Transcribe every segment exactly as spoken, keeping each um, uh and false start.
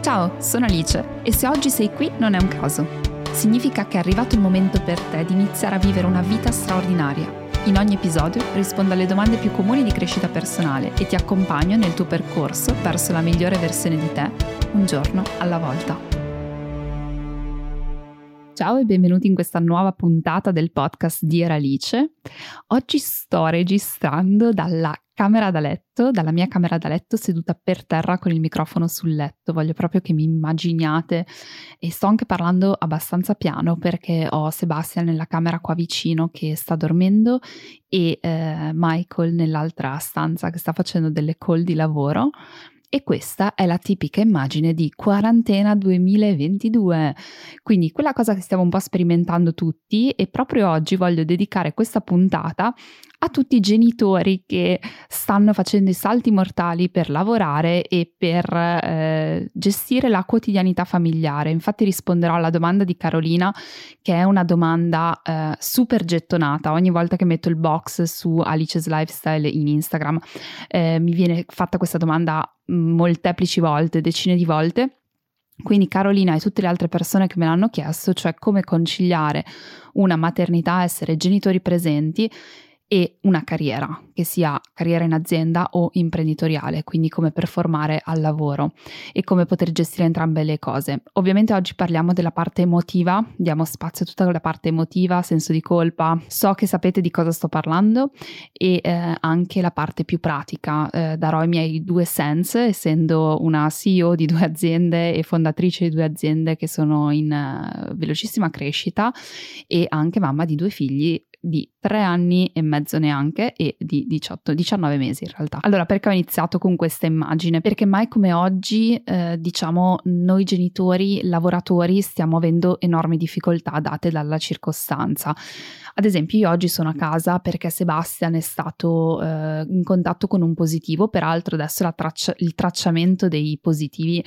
Ciao, sono Alice e se oggi sei qui non è un caso. Significa che è arrivato il momento per te di iniziare a vivere una vita straordinaria. In ogni episodio rispondo alle domande più comuni di crescita personale e ti accompagno nel tuo percorso verso la migliore versione di te, un giorno alla volta. Ciao e benvenuti in questa nuova puntata del podcast Dear Alice. Oggi sto registrando dalla camera da letto, dalla mia camera da letto seduta per terra con il microfono sul letto. Voglio proprio che mi immaginiate e sto anche parlando abbastanza piano perché ho Sebastian nella camera qua vicino che sta dormendo e eh, Michael nell'altra stanza che sta facendo delle call di lavoro. E questa è la tipica immagine di quarantena duemilaventidue, quindi quella cosa che stiamo un po' sperimentando tutti, e proprio oggi voglio dedicare questa puntata a tutti i genitori che stanno facendo i salti mortali per lavorare e per eh, gestire la quotidianità familiare. Infatti risponderò alla domanda di Carolina, che è una domanda eh, super gettonata. Ogni volta che metto il box su Alice's Lifestyle in Instagram eh, mi viene fatta questa domanda molteplici volte, decine di volte. Quindi Carolina e tutte le altre persone che me l'hanno chiesto, cioè come conciliare una maternità, essere genitori presenti e una carriera, che sia carriera in azienda o imprenditoriale, quindi come performare al lavoro e come poter gestire entrambe le cose. Ovviamente oggi parliamo della parte emotiva, diamo spazio a tutta la parte emotiva, senso di colpa, so che sapete di cosa sto parlando, e eh, anche la parte più pratica. Eh, darò i miei due cents, essendo una C E O di due aziende e fondatrice di due aziende che sono in uh, velocissima crescita e anche mamma di due figli di tre anni e mezzo neanche e di diciotto diciannove mesi in realtà. Allora, perché ho iniziato con questa immagine? Perché mai come oggi eh, diciamo noi genitori lavoratori stiamo avendo enormi difficoltà date dalla circostanza. Ad esempio io oggi sono a casa perché Sebastian è stato eh, in contatto con un positivo, peraltro adesso la traccia- il tracciamento dei positivi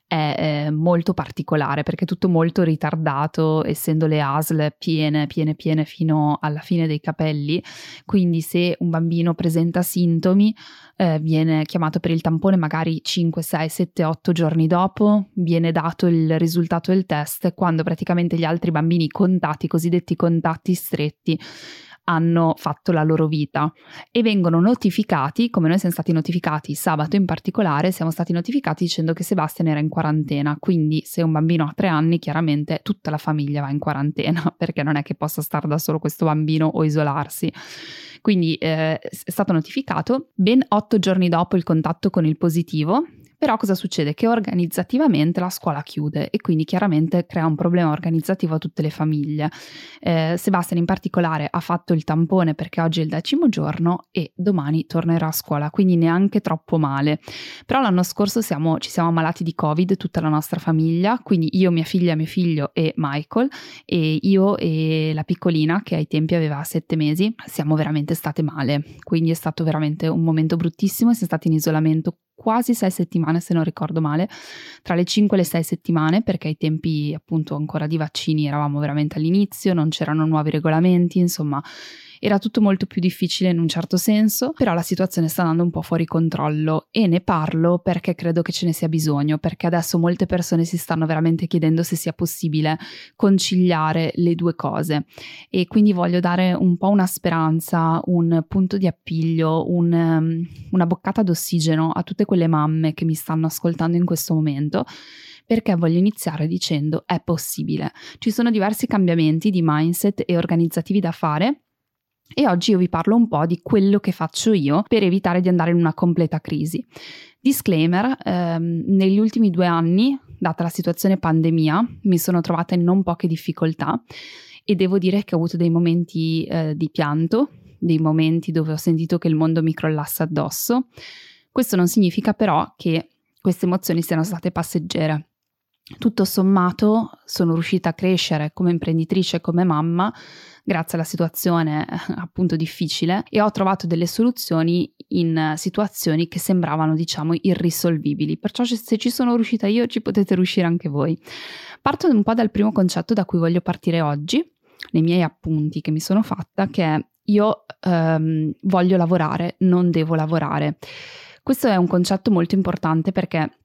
è eh, molto particolare perché è tutto molto ritardato, essendo le A S L piene piene piene fino alla fine dei capelli, quindi se un bambino presenta sintomi eh, viene chiamato per il tampone magari cinque, sei, sette, otto giorni dopo, viene dato il risultato del test quando praticamente gli altri bambini contatti, cosiddetti contatti stretti, hanno fatto la loro vita e vengono notificati, come noi siamo stati notificati sabato in particolare, siamo stati notificati dicendo che Sebastian era in quarantena, quindi se un bambino ha tre anni chiaramente tutta la famiglia va in quarantena perché non è che possa stare da solo questo bambino o isolarsi. Quindi eh, è stato notificato ben otto giorni dopo il contatto con il positivo. Però cosa succede? Che organizzativamente la scuola chiude e quindi chiaramente crea un problema organizzativo a tutte le famiglie. Eh, Sebastian in particolare ha fatto il tampone perché oggi è il decimo giorno e domani tornerà a scuola, quindi neanche troppo male. Però l'anno scorso siamo, ci siamo ammalati di Covid, tutta la nostra famiglia, quindi io, mia figlia, mio figlio e Michael, e io e la piccolina che ai tempi aveva sette mesi, siamo veramente state male, quindi è stato veramente un momento bruttissimo, siamo stati in isolamento quasi sei settimane se non ricordo male, tra le cinque e le sei settimane, perché ai tempi appunto ancora di vaccini eravamo veramente all'inizio, non c'erano nuovi regolamenti, insomma era tutto molto più difficile in un certo senso, però la situazione sta andando un po' fuori controllo e ne parlo perché credo che ce ne sia bisogno, perché adesso molte persone si stanno veramente chiedendo se sia possibile conciliare le due cose e quindi voglio dare un po' una speranza, un punto di appiglio, un, una boccata d'ossigeno a tutte quelle mamme che mi stanno ascoltando in questo momento, perché voglio iniziare dicendo è possibile. Ci sono diversi cambiamenti di mindset e organizzativi da fare e oggi io vi parlo un po' di quello che faccio io per evitare di andare in una completa crisi. Disclaimer, ehm, negli ultimi due anni, data la situazione pandemia, mi sono trovata in non poche difficoltà e devo dire che ho avuto dei momenti eh, di pianto, dei momenti dove ho sentito che il mondo mi crollasse addosso. Questo non significa però che queste emozioni siano state passeggere. Tutto sommato sono riuscita a crescere come imprenditrice, come mamma, grazie alla situazione appunto difficile, e ho trovato delle soluzioni in situazioni che sembravano, diciamo, irrisolvibili. Perciò se ci sono riuscita io, ci potete riuscire anche voi. Parto un po' dal primo concetto da cui voglio partire oggi, nei miei appunti che mi sono fatta, che è io ehm, voglio lavorare, non devo lavorare. Questo è un concetto molto importante perché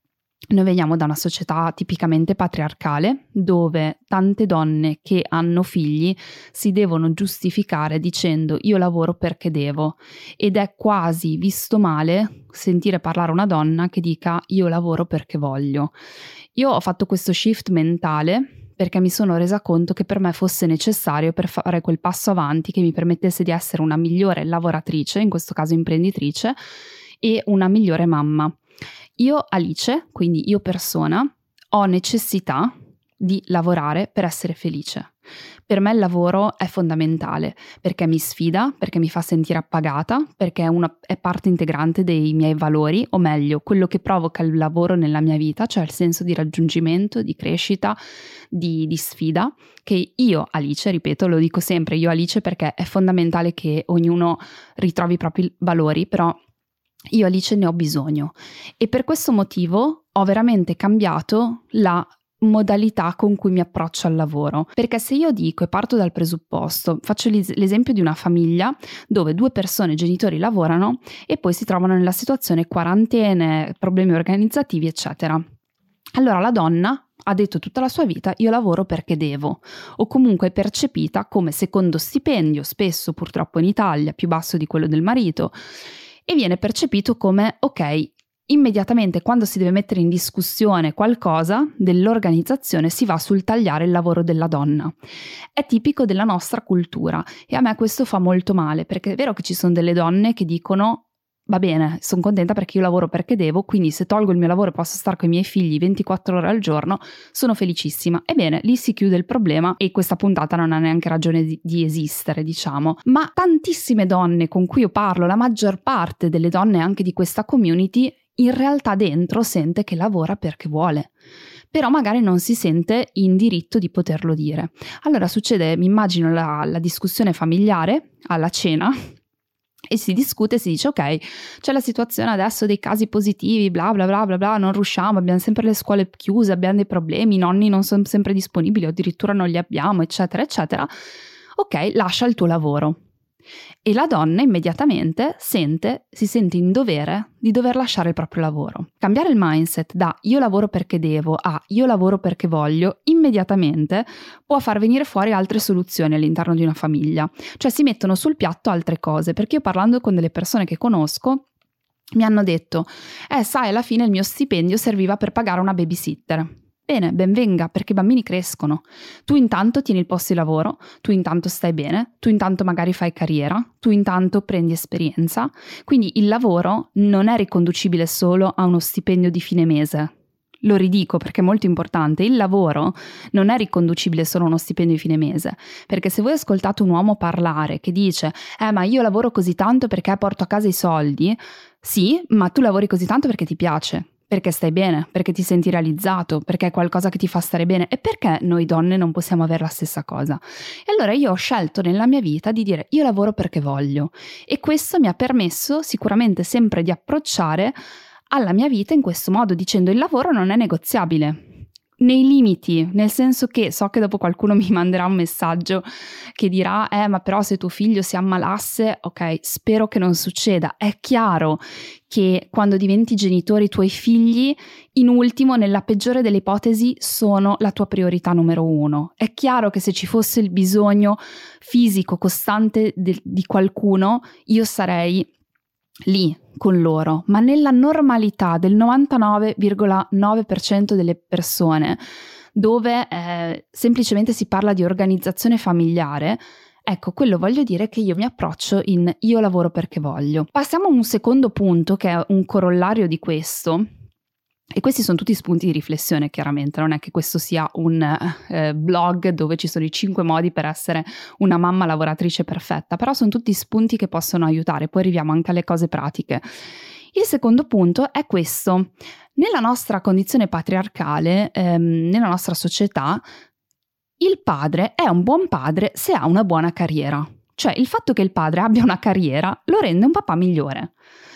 Noi veniamo da una società tipicamente patriarcale, dove tante donne che hanno figli si devono giustificare dicendo io lavoro perché devo, ed è quasi visto male sentire parlare una donna che dica io lavoro perché voglio. Io ho fatto questo shift mentale perché mi sono resa conto che per me fosse necessario per fare quel passo avanti che mi permettesse di essere una migliore lavoratrice, in questo caso imprenditrice, e una migliore mamma. Io Alice, quindi io persona, ho necessità di lavorare per essere felice. Per me il lavoro è fondamentale perché mi sfida, perché mi fa sentire appagata, perché è, una, è parte integrante dei miei valori, o meglio, quello che provoca il lavoro nella mia vita, cioè il senso di raggiungimento, di crescita, di, di sfida, che io Alice, ripeto, lo dico sempre, io Alice perché è fondamentale che ognuno ritrovi i propri valori, però io Alice ne ho bisogno e per questo motivo ho veramente cambiato la modalità con cui mi approccio al lavoro, perché se io dico e parto dal presupposto, faccio l'esempio di una famiglia dove due persone, genitori, lavorano e poi si trovano nella situazione quarantene, problemi organizzativi eccetera. Allora la donna ha detto tutta la sua vita io lavoro perché devo, o comunque è percepita come secondo stipendio, spesso purtroppo in Italia più basso di quello del marito, e viene percepito come ok, immediatamente quando si deve mettere in discussione qualcosa dell'organizzazione si va sul tagliare il lavoro della donna. È tipico della nostra cultura e a me questo fa molto male, perché è vero che ci sono delle donne che dicono va bene, sono contenta perché io lavoro perché devo, quindi se tolgo il mio lavoro e posso stare con i miei figli ventiquattro ore al giorno, sono felicissima. Ebbene, lì si chiude il problema e questa puntata non ha neanche ragione di, di esistere, diciamo. Ma tantissime donne con cui io parlo, la maggior parte delle donne anche di questa community, in realtà dentro sente che lavora perché vuole. Però magari non si sente in diritto di poterlo dire. Allora succede, mi immagino la, la discussione familiare alla cena, e si discute e si dice ok, c'è la situazione adesso dei casi positivi, bla bla bla bla bla, non riusciamo, abbiamo sempre le scuole chiuse, abbiamo dei problemi, i nonni non sono sempre disponibili o addirittura non li abbiamo, eccetera eccetera. Ok, lascia il tuo lavoro. E la donna immediatamente sente, si sente in dovere di dover lasciare il proprio lavoro. Cambiare il mindset da io lavoro perché devo a io lavoro perché voglio, immediatamente può far venire fuori altre soluzioni all'interno di una famiglia. Cioè si mettono sul piatto altre cose, perché io parlando con delle persone che conosco mi hanno detto eh sai, alla fine il mio stipendio serviva per pagare una babysitter. Bene, ben venga, perché i bambini crescono. Tu intanto tieni il posto di lavoro, tu intanto stai bene, tu intanto magari fai carriera, tu intanto prendi esperienza. Quindi il lavoro non è riconducibile solo a uno stipendio di fine mese. Lo ridico perché è molto importante, il lavoro non è riconducibile solo a uno stipendio di fine mese, perché se voi ascoltate un uomo parlare che dice eh ma io lavoro così tanto perché porto a casa i soldi, sì, ma tu lavori così tanto perché ti piace. Perché stai bene, perché ti senti realizzato, perché è qualcosa che ti fa stare bene. E perché noi donne non possiamo avere la stessa cosa? E allora io ho scelto nella mia vita di dire io lavoro perché voglio, e questo mi ha permesso sicuramente sempre di approcciare alla mia vita in questo modo, dicendo il lavoro non è negoziabile. Nei limiti, nel senso che so che dopo qualcuno mi manderà un messaggio che dirà eh ma però se tuo figlio si ammalasse, ok, spero che non succeda. È chiaro che quando diventi genitore i tuoi figli in ultimo, nella peggiore delle ipotesi, sono la tua priorità numero uno. È chiaro che se ci fosse il bisogno fisico costante de- di qualcuno, io sarei lì con loro, ma nella normalità del novantanove virgola nove per cento delle persone, dove eh, semplicemente si parla di organizzazione familiare, ecco, quello voglio dire che io mi approccio in io lavoro perché voglio. Passiamo a un secondo punto che è un corollario di questo. E questi sono tutti spunti di riflessione, chiaramente, non è che questo sia un eh, blog dove ci sono i cinque modi per essere una mamma lavoratrice perfetta, però sono tutti spunti che possono aiutare, poi arriviamo anche alle cose pratiche. Il secondo punto è questo: nella nostra condizione patriarcale, ehm, nella nostra società, il padre è un buon padre se ha una buona carriera. Cioè il fatto che il padre abbia una carriera lo rende un papà migliore.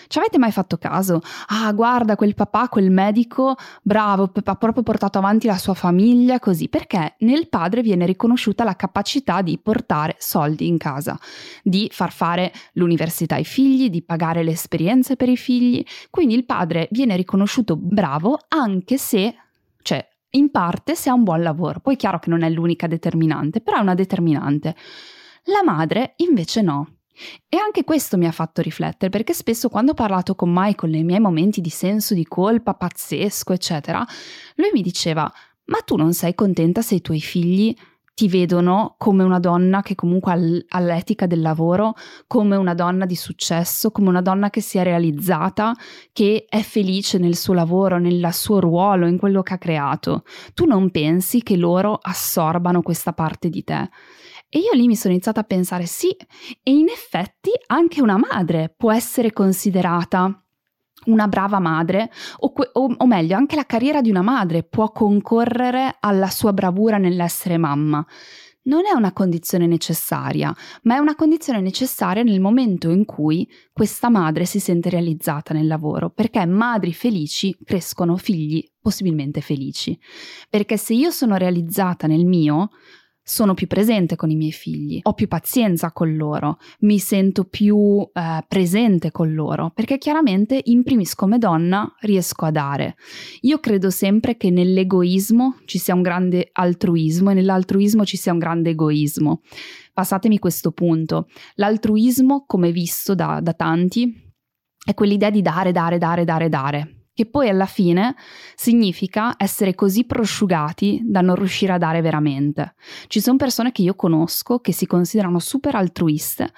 Ci avete mai fatto caso? Ah, guarda quel papà, quel medico, bravo, ha proprio portato avanti la sua famiglia così, perché nel padre viene riconosciuta la capacità di portare soldi in casa, di far fare l'università ai figli, di pagare le esperienze per i figli. Quindi il padre viene riconosciuto bravo anche se, cioè in parte se ha un buon lavoro. Poi è chiaro che non è l'unica determinante, però è una determinante. La madre invece no. E anche questo mi ha fatto riflettere, perché spesso quando ho parlato con Michael nei miei momenti di senso di colpa pazzesco eccetera, lui mi diceva: ma tu non sei contenta se i tuoi figli ti vedono come una donna che comunque ha l'etica del lavoro, come una donna di successo, come una donna che si è realizzata, che è felice nel suo lavoro, nel suo ruolo, in quello che ha creato? Tu non pensi che loro assorbano questa parte di te? E io lì mi sono iniziata a pensare sì, e in effetti anche una madre può essere considerata una brava madre, o, o, o meglio, anche la carriera di una madre può concorrere alla sua bravura nell'essere mamma. Non è una condizione necessaria, ma è una condizione necessaria nel momento in cui questa madre si sente realizzata nel lavoro, perché madri felici crescono figli possibilmente felici. Perché se io sono realizzata nel mio, sono più presente con i miei figli, ho più pazienza con loro, mi sento più eh, presente con loro, perché chiaramente in primis come donna riesco a dare. Io credo sempre che nell'egoismo ci sia un grande altruismo e nell'altruismo ci sia un grande egoismo. Passatemi questo punto. L'altruismo, come visto da, da tanti, è quell'idea di dare, dare, dare, dare, dare, che poi alla fine significa essere così prosciugati da non riuscire a dare veramente. Ci sono persone che io conosco che si considerano super altruiste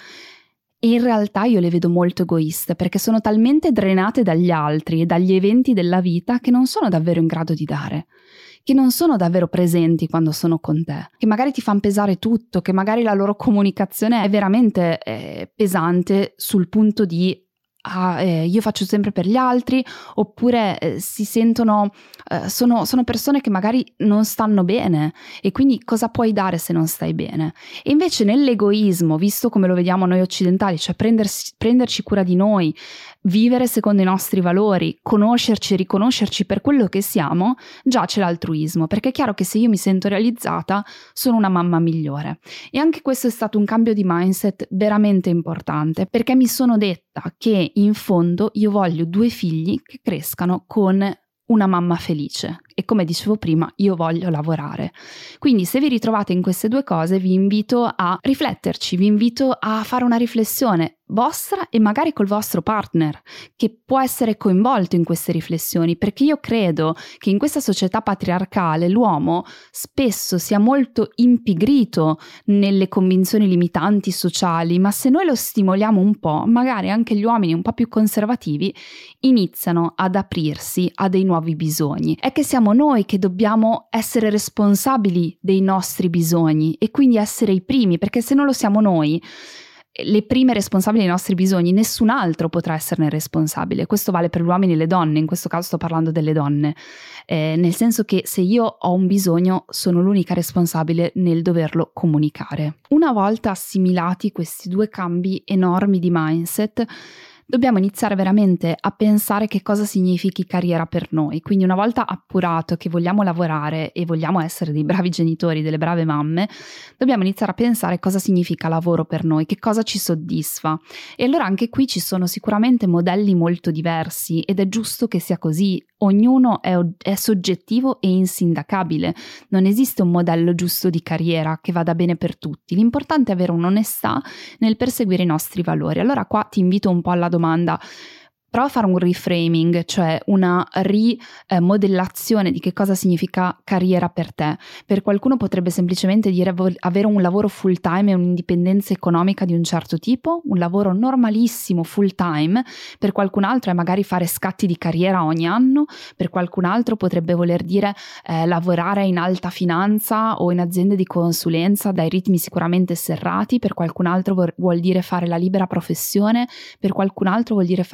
e in realtà io le vedo molto egoiste, perché sono talmente drenate dagli altri e dagli eventi della vita che non sono davvero in grado di dare, che non sono davvero presenti quando sono con te, che magari ti fanno pesare tutto, che magari la loro comunicazione è veramente eh, pesante sul punto di Ah, eh, io faccio sempre per gli altri, oppure eh, si sentono, eh, sono, sono persone che magari non stanno bene e quindi cosa puoi dare se non stai bene? E invece nell'egoismo, visto come lo vediamo noi occidentali, cioè prendersi, prenderci cura di noi, vivere secondo i nostri valori, conoscerci e riconoscerci per quello che siamo, già c'è l'altruismo, perché è chiaro che se io mi sento realizzata sono una mamma migliore. E anche questo è stato un cambio di mindset veramente importante, perché mi sono detta che in fondo io voglio due figli che crescano con una mamma felice e, come dicevo prima, io voglio lavorare. Quindi se vi ritrovate in queste due cose vi invito a rifletterci, vi invito a fare una riflessione vostra e magari col vostro partner che può essere coinvolto in queste riflessioni, perché io credo che in questa società patriarcale l'uomo spesso sia molto impigrito nelle convinzioni limitanti sociali, ma se noi lo stimoliamo un po', magari anche gli uomini un po' più conservativi iniziano ad aprirsi a dei nuovi bisogni. È che siamo noi che dobbiamo essere responsabili dei nostri bisogni e quindi essere i primi, perché se non lo siamo noi, le prime responsabili dei nostri bisogni, nessun altro potrà esserne responsabile. Questo vale per gli uomini e le donne, in questo caso sto parlando delle donne, eh, nel senso che se io ho un bisogno sono l'unica responsabile nel doverlo comunicare. Una volta assimilati questi due cambi enormi di mindset, dobbiamo iniziare veramente a pensare che cosa significhi carriera per noi. Quindi una volta appurato che vogliamo lavorare e vogliamo essere dei bravi genitori, delle brave mamme, dobbiamo iniziare a pensare cosa significa lavoro per noi, che cosa ci soddisfa. E allora anche qui ci sono sicuramente modelli molto diversi ed è giusto che sia così. Ognuno è, è soggettivo e insindacabile. Non esiste un modello giusto di carriera che vada bene per tutti. L'importante è avere un'onestà nel perseguire i nostri valori. Allora qua ti invito un po' alla domanda: prova a fare un reframing, cioè una rimodellazione di che cosa significa carriera per te. Per qualcuno potrebbe semplicemente dire avere un lavoro full time e un'indipendenza economica di un certo tipo, un lavoro normalissimo full time. Per qualcun altro è magari fare scatti di carriera ogni anno. Per qualcun altro potrebbe voler dire eh, lavorare in alta finanza o in aziende di consulenza dai ritmi sicuramente serrati. Per qualcun altro vuol dire fare la libera professione. Per qualcun altro vuol dire fare l'imprenditore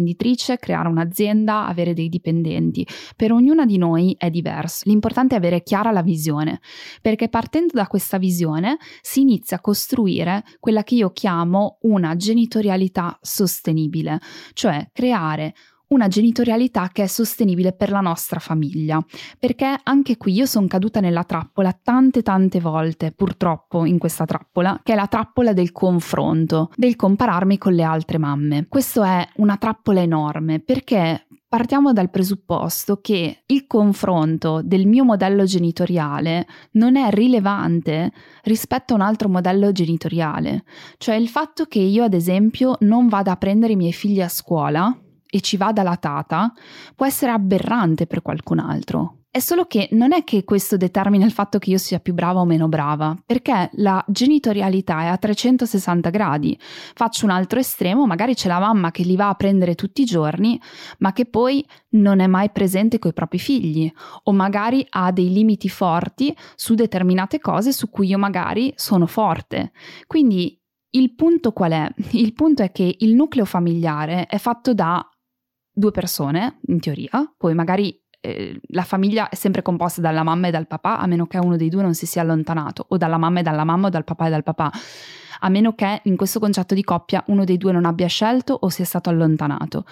un'imprenditrice, creare un'azienda, avere dei dipendenti. Per ognuna di noi è diverso. L'importante è avere chiara la visione, perché partendo da questa visione si inizia a costruire quella che io chiamo una genitorialità sostenibile, cioè creare una genitorialità che è sostenibile per la nostra famiglia, perché anche qui io sono caduta nella trappola tante tante volte, purtroppo in questa trappola, che è la trappola del confronto, del compararmi con le altre mamme. Questo è una trappola enorme, perché partiamo dal presupposto che il confronto del mio modello genitoriale non è rilevante rispetto a un altro modello genitoriale, cioè il fatto che io ad esempio non vada a prendere i miei figli a scuola e ci vada la tata, può essere aberrante per qualcun altro. È solo che non è che questo determina il fatto che io sia più brava o meno brava, perché la genitorialità è a trecentosessanta gradi. Faccio un altro estremo, magari c'è la mamma che li va a prendere tutti i giorni, ma che poi non è mai presente coi propri figli, o magari ha dei limiti forti su determinate cose su cui io magari sono forte. Quindi il punto qual è? Il punto è che il nucleo familiare è fatto da due persone, in teoria, poi magari eh, la famiglia è sempre composta dalla mamma e dal papà, a meno che uno dei due non si sia allontanato, o dalla mamma e dalla mamma o dal papà e dal papà, a meno che in questo concetto di coppia uno dei due non abbia scelto o sia stato allontanato.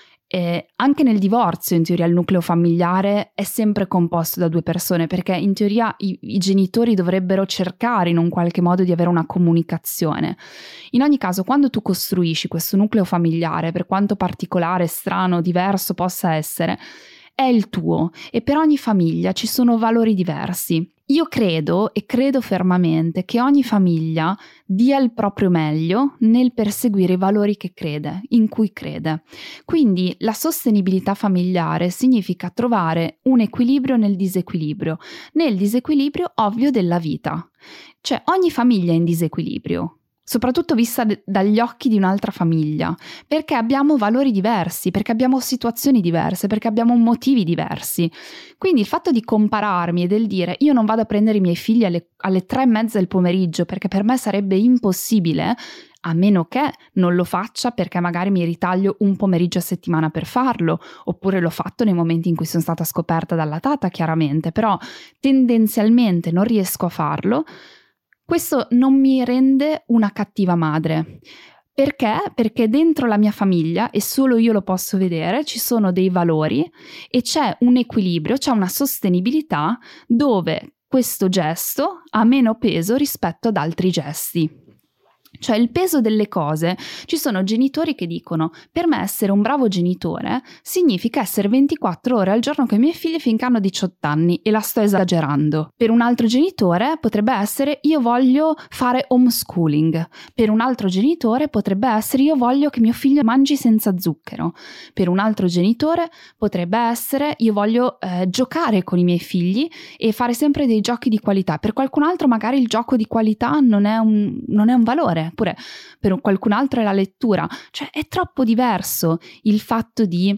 Eh, anche nel divorzio, in teoria, il nucleo familiare è sempre composto da due persone, perché in teoria i, i genitori dovrebbero cercare in un qualche modo di avere una comunicazione. In ogni caso, quando tu costruisci questo nucleo familiare, per quanto particolare, strano, diverso possa essere, è il tuo, e per ogni famiglia ci sono valori diversi. Io credo e credo fermamente che ogni famiglia dia il proprio meglio nel perseguire i valori che crede, in cui crede. Quindi la sostenibilità familiare significa trovare un equilibrio nel disequilibrio, nel disequilibrio ovvio della vita. Cioè ogni famiglia è in disequilibrio, soprattutto vista d- dagli occhi di un'altra famiglia, perché abbiamo valori diversi, perché abbiamo situazioni diverse, perché abbiamo motivi diversi. Quindi il fatto di compararmi e del dire io non vado a prendere i miei figli alle, alle tre e mezza del pomeriggio perché per me sarebbe impossibile, a meno che non lo faccia perché magari mi ritaglio un pomeriggio a settimana per farlo, oppure l'ho fatto nei momenti in cui sono stata scoperta dalla tata, chiaramente, però tendenzialmente non riesco a farlo. Questo non mi rende una cattiva madre. Perché? Perché dentro la mia famiglia, e solo io lo posso vedere, ci sono dei valori e c'è un equilibrio, c'è una sostenibilità dove questo gesto ha meno peso rispetto ad altri gesti. Cioè il peso delle cose, ci sono genitori che dicono per me essere un bravo genitore significa essere ventiquattro ore al giorno con i miei figli finché hanno diciotto anni, e la sto esagerando. Per un altro genitore potrebbe essere io voglio fare homeschooling, per un altro genitore potrebbe essere io voglio che mio figlio mangi senza zucchero, per un altro genitore potrebbe essere io voglio eh, giocare con i miei figli e fare sempre dei giochi di qualità. Per qualcun altro magari il gioco di qualità non è un, non è un valore, oppure per qualcun altro è la lettura. Cioè è troppo diverso il fatto di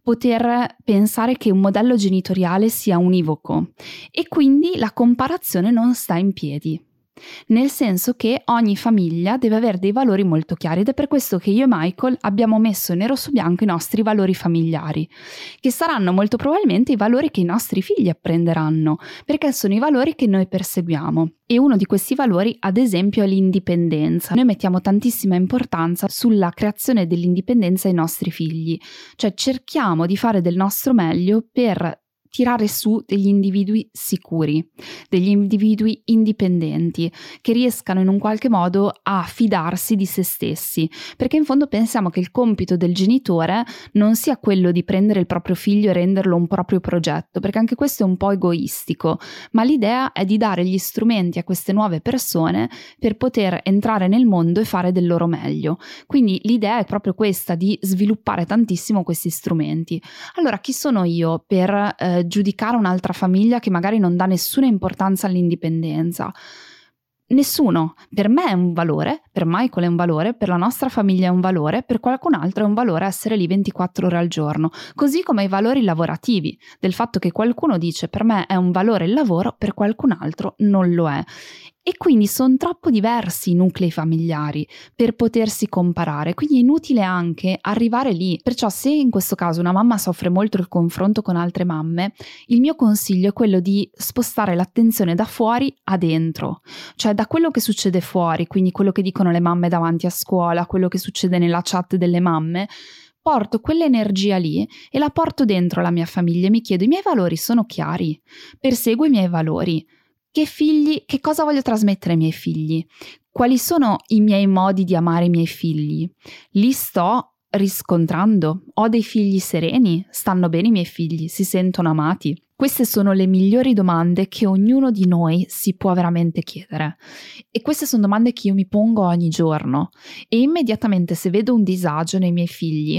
poter pensare che un modello genitoriale sia univoco, e quindi la comparazione non sta in piedi. Nel senso che ogni famiglia deve avere dei valori molto chiari, ed è per questo che io e Michael abbiamo messo nero su bianco i nostri valori familiari, che saranno molto probabilmente i valori che i nostri figli apprenderanno, perché sono i valori che noi perseguiamo. E uno di questi valori, ad esempio, è l'indipendenza. Noi mettiamo tantissima importanza sulla creazione dell'indipendenza ai nostri figli, cioè cerchiamo di fare del nostro meglio per tirare su degli individui sicuri, degli individui indipendenti, che riescano in un qualche modo a fidarsi di se stessi, perché in fondo pensiamo che il compito del genitore non sia quello di prendere il proprio figlio e renderlo un proprio progetto, perché anche questo è un po' egoistico, ma l'idea è di dare gli strumenti a queste nuove persone per poter entrare nel mondo e fare del loro meglio. Quindi l'idea è proprio questa, di sviluppare tantissimo questi strumenti. Allora, chi sono io per eh, giudicare un'altra famiglia che magari non dà nessuna importanza all'indipendenza? Nessuno. Per me è un valore, per Michael è un valore, per la nostra famiglia è un valore, per qualcun altro è un valore essere lì ventiquattro ore al giorno, così come i valori lavorativi, del fatto che qualcuno dice per me è un valore il lavoro, per qualcun altro non lo è. E quindi sono troppo diversi i nuclei familiari per potersi comparare, quindi è inutile anche arrivare lì. Perciò se in questo caso una mamma soffre molto il confronto con altre mamme, il mio consiglio è quello di spostare l'attenzione da fuori a dentro, cioè da quello che succede fuori, quindi quello che dicono le mamme davanti a scuola, quello che succede nella chat delle mamme. Porto quell'energia lì e la porto dentro la mia famiglia e mi chiedo: i miei valori sono chiari? Perseguo i miei valori? Che figli, che cosa voglio trasmettere ai miei figli? Quali sono i miei modi di amare i miei figli? Li sto riscontrando? Ho dei figli sereni? Stanno bene i miei figli? Si sentono amati? Queste sono le migliori domande che ognuno di noi si può veramente chiedere. E queste sono domande che io mi pongo ogni giorno. E immediatamente, se vedo un disagio nei miei figli,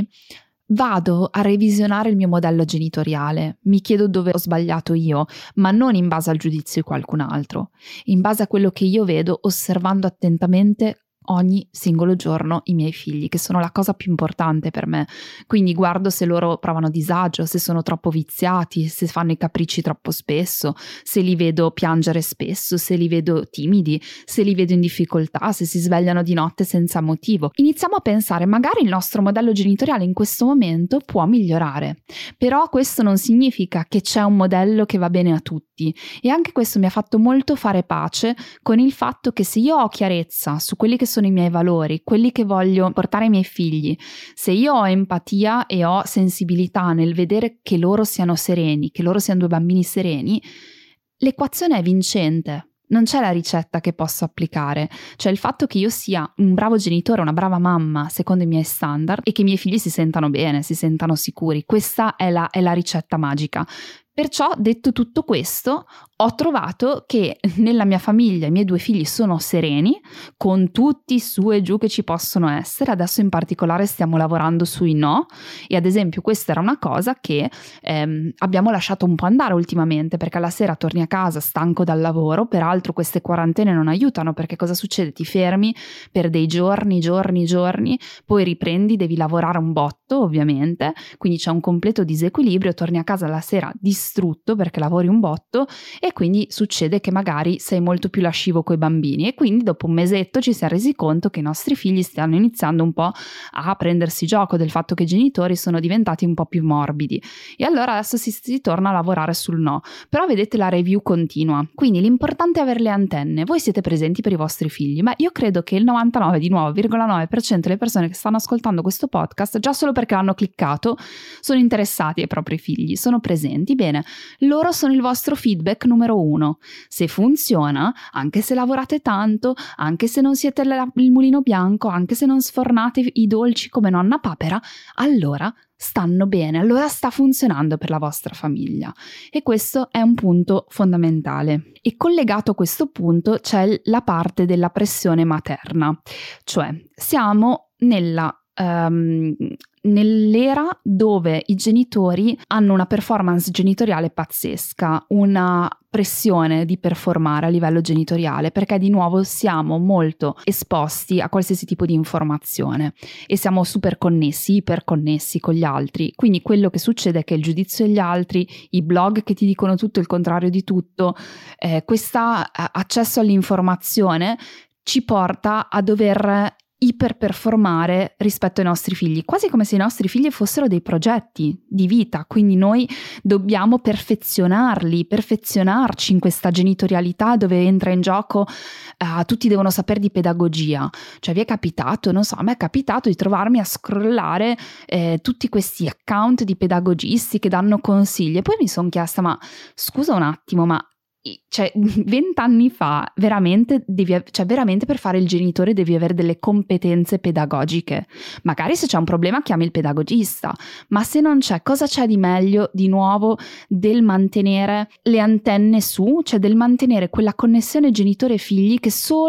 vado a revisionare il mio modello genitoriale, mi chiedo dove ho sbagliato io, ma non in base al giudizio di qualcun altro, in base a quello che io vedo osservando attentamente ogni singolo giorno i miei figli, che sono la cosa più importante per me. Quindi guardo se loro provano disagio, se sono troppo viziati, se fanno i capricci troppo spesso, se li vedo piangere spesso, se li vedo timidi, se li vedo in difficoltà, se si svegliano di notte senza motivo. Iniziamo a pensare, magari il nostro modello genitoriale in questo momento può migliorare, però questo non significa che c'è un modello che va bene a tutti, e anche questo mi ha fatto molto fare pace con il fatto che se io ho chiarezza su quelli che sono sono i miei valori, quelli che voglio portare ai miei figli, se io ho empatia e ho sensibilità nel vedere che loro siano sereni, che loro siano due bambini sereni, l'equazione è vincente. Non c'è la ricetta che posso applicare, cioè il fatto che io sia un bravo genitore, una brava mamma secondo i miei standard e che i miei figli si sentano bene, si sentano sicuri, questa è la, è la ricetta magica. Perciò, detto tutto questo, ho trovato che nella mia famiglia i miei due figli sono sereni, con tutti i su e giù che ci possono essere. Adesso in particolare stiamo lavorando sui no, e ad esempio questa era una cosa che ehm, abbiamo lasciato un po' andare ultimamente, perché alla sera torni a casa stanco dal lavoro. Peraltro queste quarantene non aiutano, perché cosa succede? Ti fermi per dei giorni, giorni, giorni, poi riprendi, devi lavorare un botto ovviamente, quindi c'è un completo disequilibrio, torni a casa la sera distrutto perché lavori un botto, e quindi succede che magari sei molto più lascivo coi bambini, e quindi dopo un mesetto ci siamo resi conto che i nostri figli stanno iniziando un po' a prendersi gioco del fatto che i genitori sono diventati un po' più morbidi, e allora adesso si, si torna a lavorare sul no. Però vedete, la review continua, quindi l'importante è avere le antenne. Voi siete presenti per i vostri figli, ma io credo che il novantanove di nuovo virgola nove per cento delle persone che stanno ascoltando questo podcast, già solo perché hanno cliccato, sono interessati ai propri figli, sono presenti. Bene, loro sono il vostro feedback numero uno. Se funziona, anche se lavorate tanto, anche se non siete la, il mulino bianco, anche se non sfornate i dolci come nonna Papera, allora stanno bene, allora sta funzionando per la vostra famiglia. E questo è un punto fondamentale. E collegato a questo punto c'è la parte della pressione materna, cioè siamo nella um, nell'era dove i genitori hanno una performance genitoriale pazzesca, una pressione di performare a livello genitoriale, perché di nuovo siamo molto esposti a qualsiasi tipo di informazione e siamo super connessi, iperconnessi con gli altri. Quindi quello che succede è che il giudizio degli altri, i blog che ti dicono tutto il contrario di tutto, eh, questo accesso all'informazione ci porta a dover iperperformare rispetto ai nostri figli, quasi come se i nostri figli fossero dei progetti di vita, quindi noi dobbiamo perfezionarli, perfezionarci in questa genitorialità dove entra in gioco uh, tutti devono sapere di pedagogia. Cioè vi è capitato, non so, a me è capitato di trovarmi a scrollare eh, tutti questi account di pedagogisti che danno consigli, e poi mi sono chiesta, ma scusa un attimo, ma cioè vent'anni fa veramente devi, cioè veramente per fare il genitore devi avere delle competenze pedagogiche. Magari se c'è un problema chiami il pedagogista, ma se non c'è, cosa c'è di meglio di nuovo del mantenere le antenne su, cioè del mantenere quella connessione genitore-figli che solo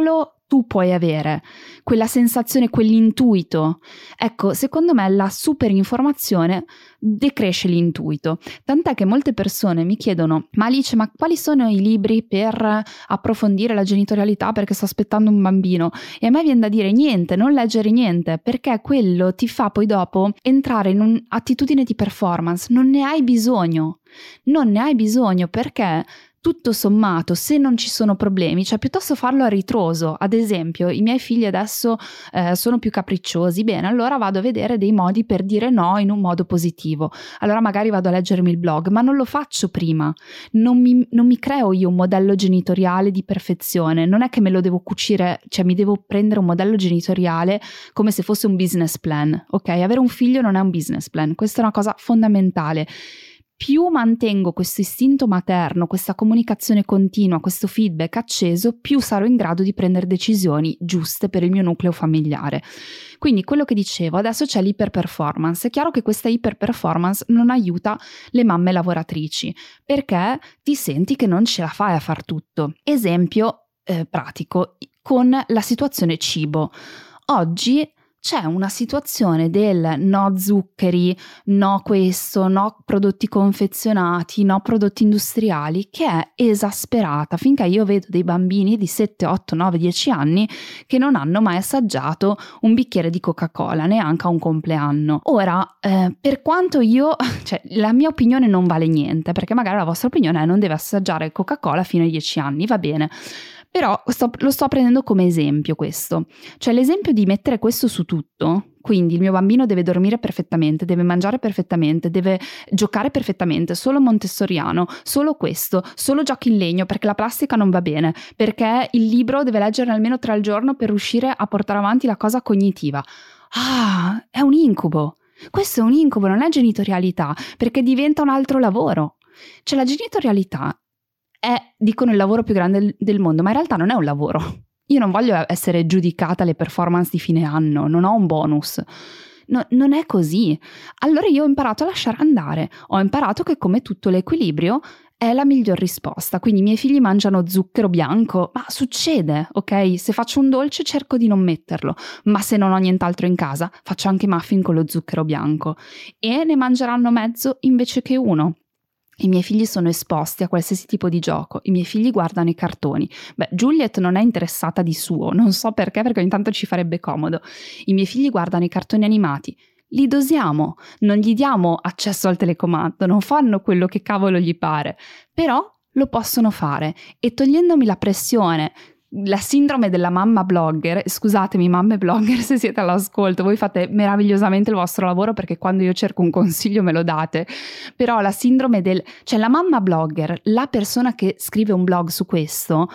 tu puoi avere, quella sensazione, quell'intuito. Ecco, secondo me la super informazione decresce l'intuito, tant'è che molte persone mi chiedono: ma Alice, ma quali sono i libri per approfondire la genitorialità perché sto aspettando un bambino? E a me viene da dire niente, non leggere niente, perché quello ti fa poi dopo entrare in un'attitudine di performance. Non ne hai bisogno, non ne hai bisogno, perché tutto sommato, se non ci sono problemi, cioè piuttosto farlo a ritroso. Ad esempio, i miei figli adesso eh, sono più capricciosi, bene, allora vado a vedere dei modi per dire no in un modo positivo. Allora magari vado a leggermi il blog, ma non lo faccio prima. Non mi, non mi creo io un modello genitoriale di perfezione, non è che me lo devo cucire, cioè mi devo prendere un modello genitoriale come se fosse un business plan, ok? Avere un figlio non è un business plan, questa è una cosa fondamentale. Più mantengo questo istinto materno, questa comunicazione continua, questo feedback acceso, più sarò in grado di prendere decisioni giuste per il mio nucleo familiare. Quindi quello che dicevo, adesso c'è l'iperperformance. È chiaro che questa iperperformance non aiuta le mamme lavoratrici, perché ti senti che non ce la fai a far tutto. Esempio eh, pratico, con la situazione cibo. Oggi c'è una situazione del no zuccheri, no questo, no prodotti confezionati, no prodotti industriali, che è esasperata, finché io vedo dei bambini di sette, otto, nove, dieci anni che non hanno mai assaggiato un bicchiere di Coca-Cola, neanche a un compleanno. Ora, eh, per quanto io, cioè la mia opinione non vale niente, perché magari la vostra opinione è non deve assaggiare Coca-Cola fino ai dieci anni, va bene. Però sto, lo sto prendendo come esempio questo, cioè l'esempio di mettere questo su tutto. Quindi il mio bambino deve dormire perfettamente, deve mangiare perfettamente, deve giocare perfettamente, solo montessoriano, solo questo, solo giochi in legno perché la plastica non va bene, perché il libro deve leggere almeno tre al giorno per riuscire a portare avanti la cosa cognitiva. Ah, è un incubo. Questo è un incubo, non è genitorialità, perché diventa un altro lavoro. Cioè la genitorialità è, dicono, il lavoro più grande del mondo, ma in realtà non è un lavoro. Io non voglio essere giudicata alle performance di fine anno, non ho un bonus. No, non è così. Allora io ho imparato a lasciare andare, ho imparato che come tutto l'equilibrio è la miglior risposta. Quindi i miei figli mangiano zucchero bianco, ma succede, ok? Se faccio un dolce cerco di non metterlo, ma se non ho nient'altro in casa faccio anche muffin con lo zucchero bianco e ne mangeranno mezzo invece che uno. I miei figli sono esposti a qualsiasi tipo di gioco, i miei figli guardano i cartoni. Beh, Juliet non è interessata di suo, non so perché, perché ogni tanto ci farebbe comodo. I miei figli guardano i cartoni animati, li dosiamo, non gli diamo accesso al telecomando, non fanno quello che cavolo gli pare, però lo possono fare e togliendomi la pressione, la sindrome della mamma blogger, scusatemi mamme blogger se siete all'ascolto, voi fate meravigliosamente il vostro lavoro perché quando io cerco un consiglio me lo date, però la sindrome del, cioè la mamma blogger, la persona che scrive un blog su questo,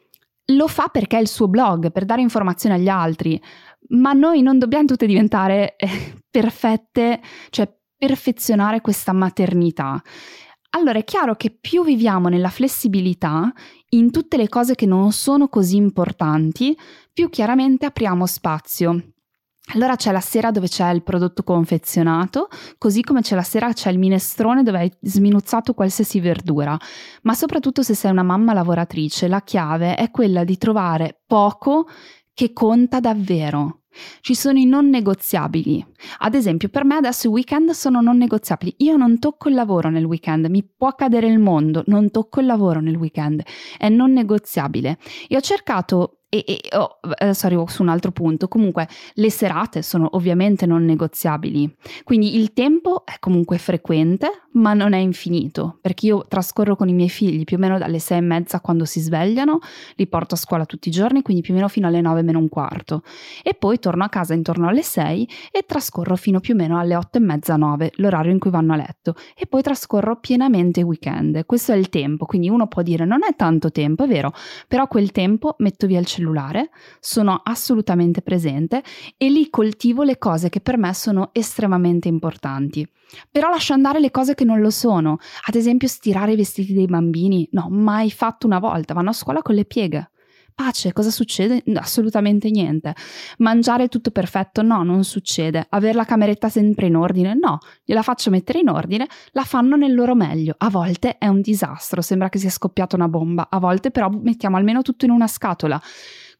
lo fa perché è il suo blog, per dare informazioni agli altri, ma noi non dobbiamo tutte diventare eh, perfette, cioè perfezionare questa maternità. Allora è chiaro che più viviamo nella flessibilità in tutte le cose che non sono così importanti, più chiaramente apriamo spazio. Allora c'è la sera dove c'è il prodotto confezionato, così come c'è la sera c'è il minestrone dove hai sminuzzato qualsiasi verdura. Ma soprattutto se sei una mamma lavoratrice, la chiave è quella di trovare poco che conta davvero. Ci sono i non negoziabili. Ad esempio, per me adesso i weekend sono non negoziabili. Io non tocco il lavoro nel weekend, mi può cadere il mondo, non tocco il lavoro nel weekend, è non negoziabile. E ho cercato e, e oh, adesso arrivo su un altro punto. Comunque le serate sono ovviamente non negoziabili, quindi il tempo è comunque frequente ma non è infinito, perché io trascorro con i miei figli più o meno dalle sei e mezza quando si svegliano, li porto a scuola tutti i giorni, quindi più o meno fino alle nove meno un quarto, e poi torno a casa intorno alle sei e trascorro fino più o meno alle otto e mezza, nove, l'orario in cui vanno a letto, e poi trascorro pienamente i weekend. Questo è il tempo, quindi uno può dire non è tanto tempo, è vero, però quel tempo metto via il cellulare, sono assolutamente presente e lì coltivo le cose che per me sono estremamente importanti. Però lascio andare le cose che non lo sono, ad esempio stirare i vestiti dei bambini, no, mai fatto una volta, vanno a scuola con le pieghe. Pace, cosa succede? Assolutamente niente. Mangiare tutto perfetto? No, non succede. Avere la cameretta sempre in ordine? No, gliela faccio mettere in ordine, la fanno nel loro meglio. A volte è un disastro, sembra che sia scoppiata una bomba, a volte però mettiamo almeno tutto in una scatola.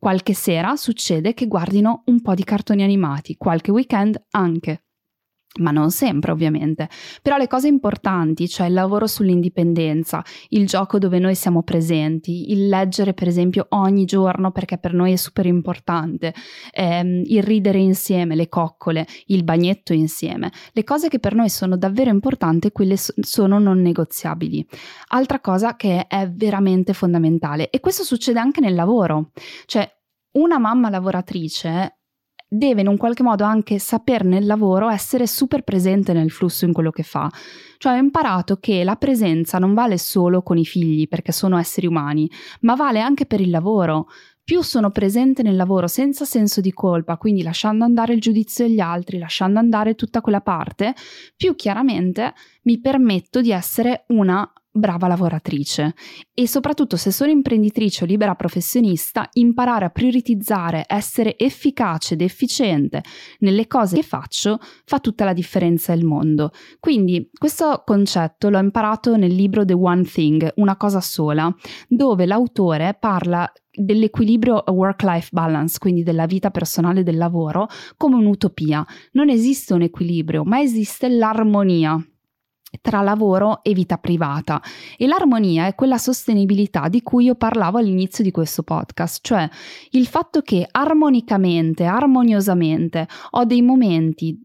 qualche sera succede che guardino un po' di cartoni animati, qualche weekend anche. Ma non sempre, ovviamente. Però le cose importanti, cioè il lavoro sull'indipendenza, il gioco dove noi siamo presenti, il leggere per esempio ogni giorno perché per noi è super importante, ehm, il ridere insieme, le coccole, il bagnetto insieme, le cose che per noi sono davvero importanti, quelle so- sono non negoziabili. Altra cosa che è veramente fondamentale, e questo succede anche nel lavoro, cioè una mamma lavoratrice deve in un qualche modo anche saper nel lavoro essere super presente nel flusso in quello che fa. Cioè ho imparato che la presenza non vale solo con i figli perché sono esseri umani, ma vale anche per il lavoro. Più sono presente nel lavoro senza senso di colpa, quindi lasciando andare il giudizio degli altri, lasciando andare tutta quella parte, più chiaramente mi permetto di essere una brava lavoratrice. E soprattutto se sono imprenditrice o libera professionista, imparare a prioritizzare, essere efficace ed efficiente nelle cose che faccio fa tutta la differenza del mondo. Quindi questo concetto l'ho imparato nel libro The One Thing, Una cosa sola, dove l'autore parla dell'equilibrio work-life balance, quindi della vita personale e del lavoro, come un'utopia. Non esiste un equilibrio, ma esiste l'armonia tra lavoro e vita privata, e l'armonia è quella sostenibilità di cui io parlavo all'inizio di questo podcast, cioè il fatto che armonicamente, armoniosamente ho dei momenti,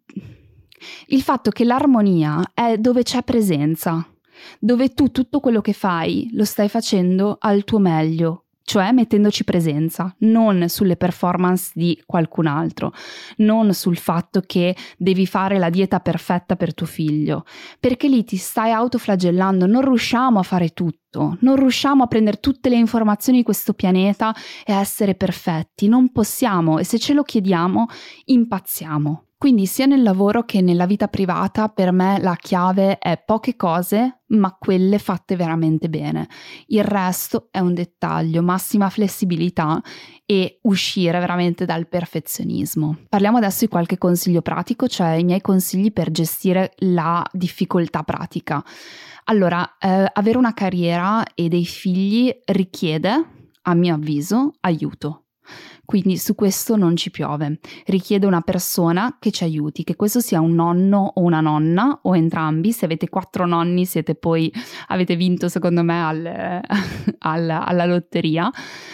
il fatto che l'armonia è dove c'è presenza, dove tu tutto quello che fai lo stai facendo al tuo meglio, cioè mettendoci presenza, non sulle performance di qualcun altro, non sul fatto che devi fare la dieta perfetta per tuo figlio, perché lì ti stai autoflagellando, non riusciamo a fare tutto, non riusciamo a prendere tutte le informazioni di questo pianeta e a essere perfetti, non possiamo, e se ce lo chiediamo impazziamo. Quindi sia nel lavoro che nella vita privata per me la chiave è poche cose, ma quelle fatte veramente bene. Il resto è un dettaglio, massima flessibilità e uscire veramente dal perfezionismo. Parliamo adesso di qualche consiglio pratico, cioè i miei consigli per gestire la difficoltà pratica. Allora, eh, avere una carriera e dei figli richiede, a mio avviso, aiuto. Quindi su questo non ci piove, richiede una persona che ci aiuti, che questo sia un nonno o una nonna o entrambi. Se avete quattro nonni siete poi, avete vinto secondo me al, al, alla lotteria,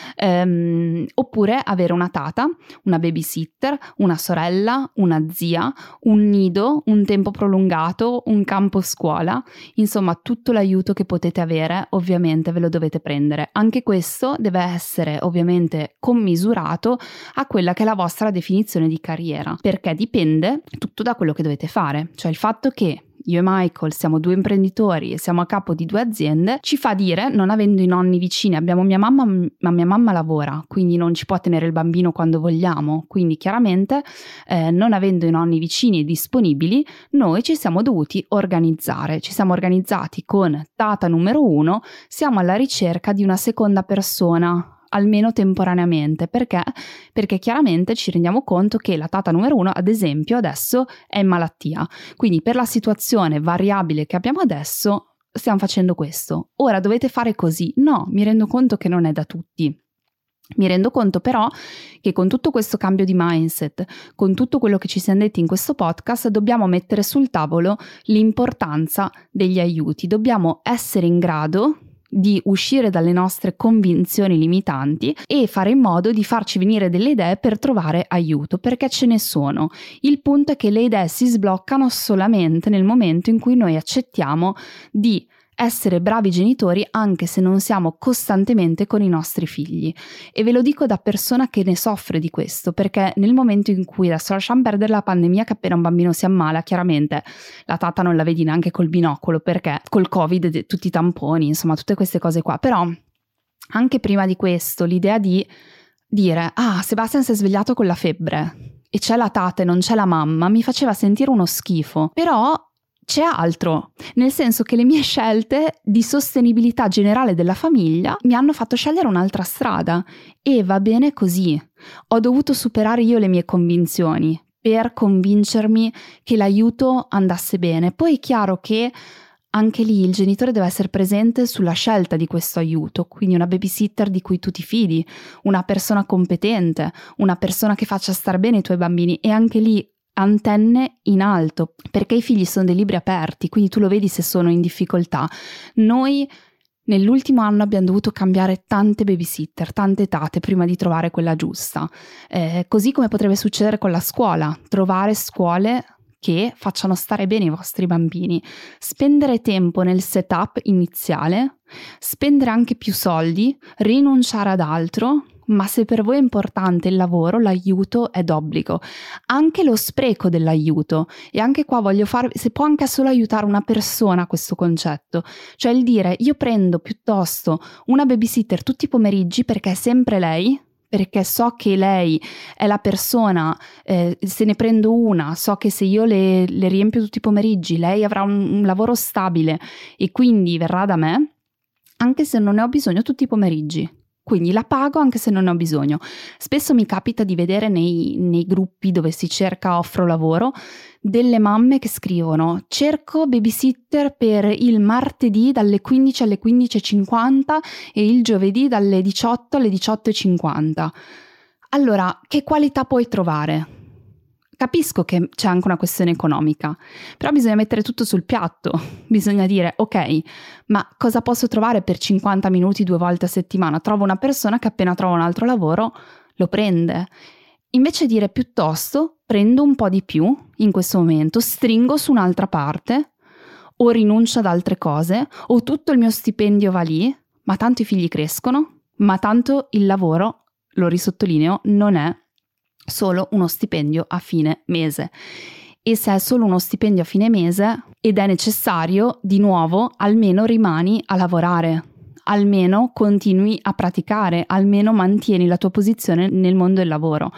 ehm, oppure avere una tata, una babysitter, una sorella, una zia, un nido, un tempo prolungato, un campo scuola, insomma tutto l'aiuto che potete avere ovviamente ve lo dovete prendere. Anche questo deve essere ovviamente commisurato a quella che è la vostra definizione di carriera, perché dipende tutto da quello che dovete fare. Cioè il fatto che io e Michael siamo due imprenditori e siamo a capo di due aziende ci fa dire, non avendo i nonni vicini, abbiamo mia mamma, ma mia mamma lavora, quindi non ci può tenere il bambino quando vogliamo, quindi chiaramente eh, non avendo i nonni vicini e disponibili, noi ci siamo dovuti organizzare, ci siamo organizzati con tata numero uno, siamo alla ricerca di una seconda persona, almeno temporaneamente. Perché? Perché chiaramente ci rendiamo conto che la tata numero uno, ad esempio, adesso è in malattia. Quindi per la situazione variabile che abbiamo adesso stiamo facendo questo. Ora dovete fare così? No, mi rendo conto che non è da tutti. Mi rendo conto però che con tutto questo cambio di mindset, con tutto quello che ci siamo detti in questo podcast, dobbiamo mettere sul tavolo l'importanza degli aiuti. Dobbiamo essere in grado di uscire dalle nostre convinzioni limitanti e fare in modo di farci venire delle idee per trovare aiuto, perché ce ne sono. Il punto è che le idee si sbloccano solamente nel momento in cui noi accettiamo di essere bravi genitori anche se non siamo costantemente con i nostri figli. E ve lo dico da persona che ne soffre di questo, perché nel momento in cui, adesso lasciamo perdere la pandemia, che appena un bambino si ammala, chiaramente la tata non la vedi neanche col binocolo, perché col Covid tutti i tamponi, insomma tutte queste cose qua. Però anche prima di questo l'idea di dire ah, Sebastian si è svegliato con la febbre e c'è la tata e non c'è la mamma mi faceva sentire uno schifo. Però c'è altro, nel senso che le mie scelte di sostenibilità generale della famiglia mi hanno fatto scegliere un'altra strada e va bene così. Ho dovuto superare io le mie convinzioni per convincermi che l'aiuto andasse bene. Poi è chiaro che anche lì il genitore deve essere presente sulla scelta di questo aiuto, quindi una babysitter di cui tu ti fidi, una persona competente, una persona che faccia star bene i tuoi bambini, e anche lì antenne in alto, perché i figli sono dei libri aperti, quindi tu lo vedi se sono in difficoltà. Noi nell'ultimo anno abbiamo dovuto cambiare tante babysitter, tante tate prima di trovare quella giusta, eh, così come potrebbe succedere con la scuola, trovare scuole che facciano stare bene i vostri bambini, spendere tempo nel setup iniziale, spendere anche più soldi, rinunciare ad altro. Ma se per voi è importante il lavoro, l'aiuto è d'obbligo. Anche lo spreco dell'aiuto, e anche qua voglio fare, se può anche solo aiutare una persona questo concetto, cioè il dire io prendo piuttosto una babysitter tutti i pomeriggi perché è sempre lei, perché so che lei è la persona, eh, se ne prendo una, so che se io le, le riempio tutti i pomeriggi lei avrà un, un lavoro stabile e quindi verrà da me, anche se non ne ho bisogno tutti i pomeriggi. Quindi la pago anche se non ne ho bisogno. Spesso mi capita di vedere nei, nei gruppi dove si cerca offro lavoro delle mamme che scrivono cerco babysitter per il martedì dalle quindici alle quindici e cinquanta e il giovedì dalle diciotto alle diciotto e cinquanta. Allora, che qualità puoi trovare? Capisco che c'è anche una questione economica, però bisogna mettere tutto sul piatto, bisogna dire ok, ma cosa posso trovare per cinquanta minuti due volte a settimana? Trovo una persona che appena trova un altro lavoro lo prende. Invece dire piuttosto prendo un po' di più in questo momento, stringo su un'altra parte o rinuncio ad altre cose o tutto il mio stipendio va lì, ma tanto i figli crescono, ma tanto il lavoro, lo risottolineo, non è solo uno stipendio a fine mese. E se è solo uno stipendio a fine mese ed è necessario, di nuovo, almeno rimani a lavorare, almeno continui a praticare, almeno mantieni la tua posizione nel mondo del lavoro.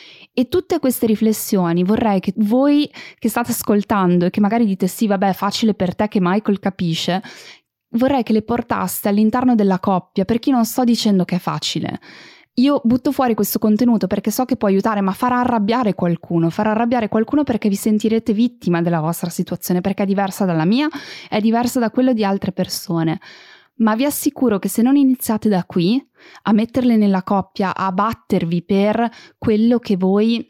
E tutte queste riflessioni vorrei che voi che state ascoltando e che magari dite sì, vabbè, è facile per te che Michael capisce, vorrei che le portaste all'interno della coppia, perché io non sto dicendo che è facile. Io butto fuori questo contenuto perché so che può aiutare, ma farà arrabbiare qualcuno, farà arrabbiare qualcuno perché vi sentirete vittima della vostra situazione, perché è diversa dalla mia, è diversa da quella di altre persone. Ma vi assicuro che se non iniziate da qui a metterle nella coppia, a battervi per quello che voi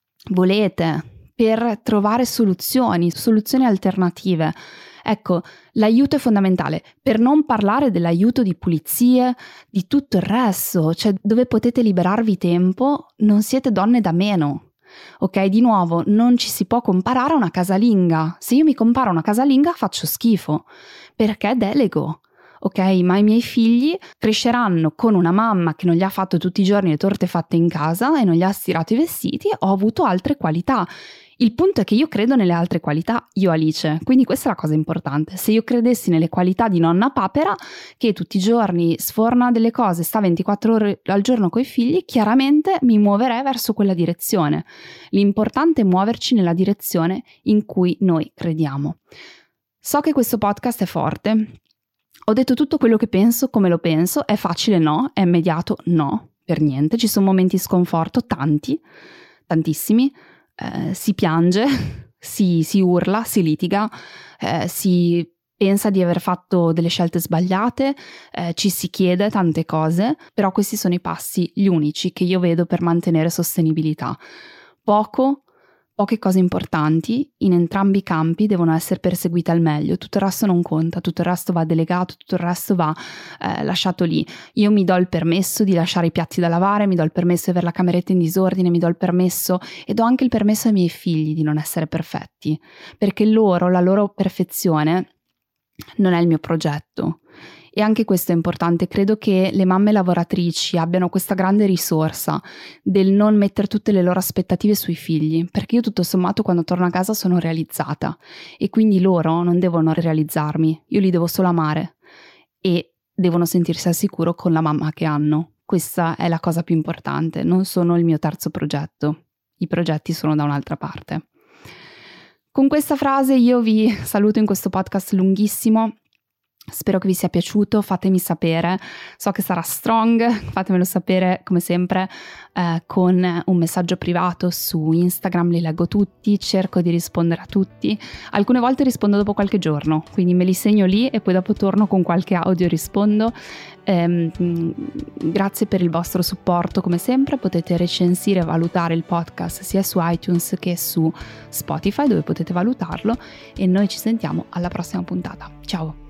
volete, per trovare soluzioni, soluzioni alternative, ecco, l'aiuto è fondamentale, per non parlare dell'aiuto di pulizie, di tutto il resto, cioè dove potete liberarvi tempo, non siete donne da meno. Ok, di nuovo, non ci si può comparare a una casalinga. Se io mi comparo a una casalinga faccio schifo, perché delego. Ok, ma i miei figli cresceranno con una mamma che non gli ha fatto tutti i giorni le torte fatte in casa e non gli ha stirato i vestiti, ho avuto altre qualità. Il punto è che io credo nelle altre qualità, io Alice, quindi questa è la cosa importante. Se io credessi nelle qualità di nonna papera, che tutti i giorni sforna delle cose, sta ventiquattro ore al giorno coi figli, chiaramente mi muoverei verso quella direzione. L'importante è muoverci nella direzione in cui noi crediamo. So che questo podcast è forte. Ho detto tutto quello che penso, come lo penso, è facile no, è immediato no, per niente, ci sono momenti di sconforto, tanti, tantissimi, eh, si piange, si, si urla, si litiga, eh, si pensa di aver fatto delle scelte sbagliate, eh, ci si chiede tante cose, però questi sono i passi, gli unici che io vedo per mantenere sostenibilità. Poco, Poche cose importanti in entrambi i campi devono essere perseguite al meglio, tutto il resto non conta, tutto il resto va delegato, tutto il resto va eh, lasciato lì. Io mi do il permesso di lasciare i piatti da lavare, mi do il permesso di avere la cameretta in disordine, mi do il permesso e do anche il permesso ai miei figli di non essere perfetti, perché loro, la loro perfezione non è il mio progetto. E anche questo è importante, credo che le mamme lavoratrici abbiano questa grande risorsa del non mettere tutte le loro aspettative sui figli, perché io tutto sommato quando torno a casa sono realizzata e quindi loro non devono realizzarmi, io li devo solo amare e devono sentirsi al sicuro con la mamma che hanno. Questa è la cosa più importante, non sono il mio terzo progetto, i progetti sono da un'altra parte. Con questa frase io vi saluto in questo podcast lunghissimo. Spero che vi sia piaciuto, fatemi sapere, so che sarà strong, fatemelo sapere come sempre eh, con un messaggio privato su Instagram, li leggo tutti, cerco di rispondere a tutti, alcune volte rispondo dopo qualche giorno, quindi me li segno lì e poi dopo torno con qualche audio e rispondo. Eh, grazie per il vostro supporto come sempre, potete recensire e valutare il podcast sia su iTunes che su Spotify dove potete valutarlo e noi ci sentiamo alla prossima puntata. Ciao!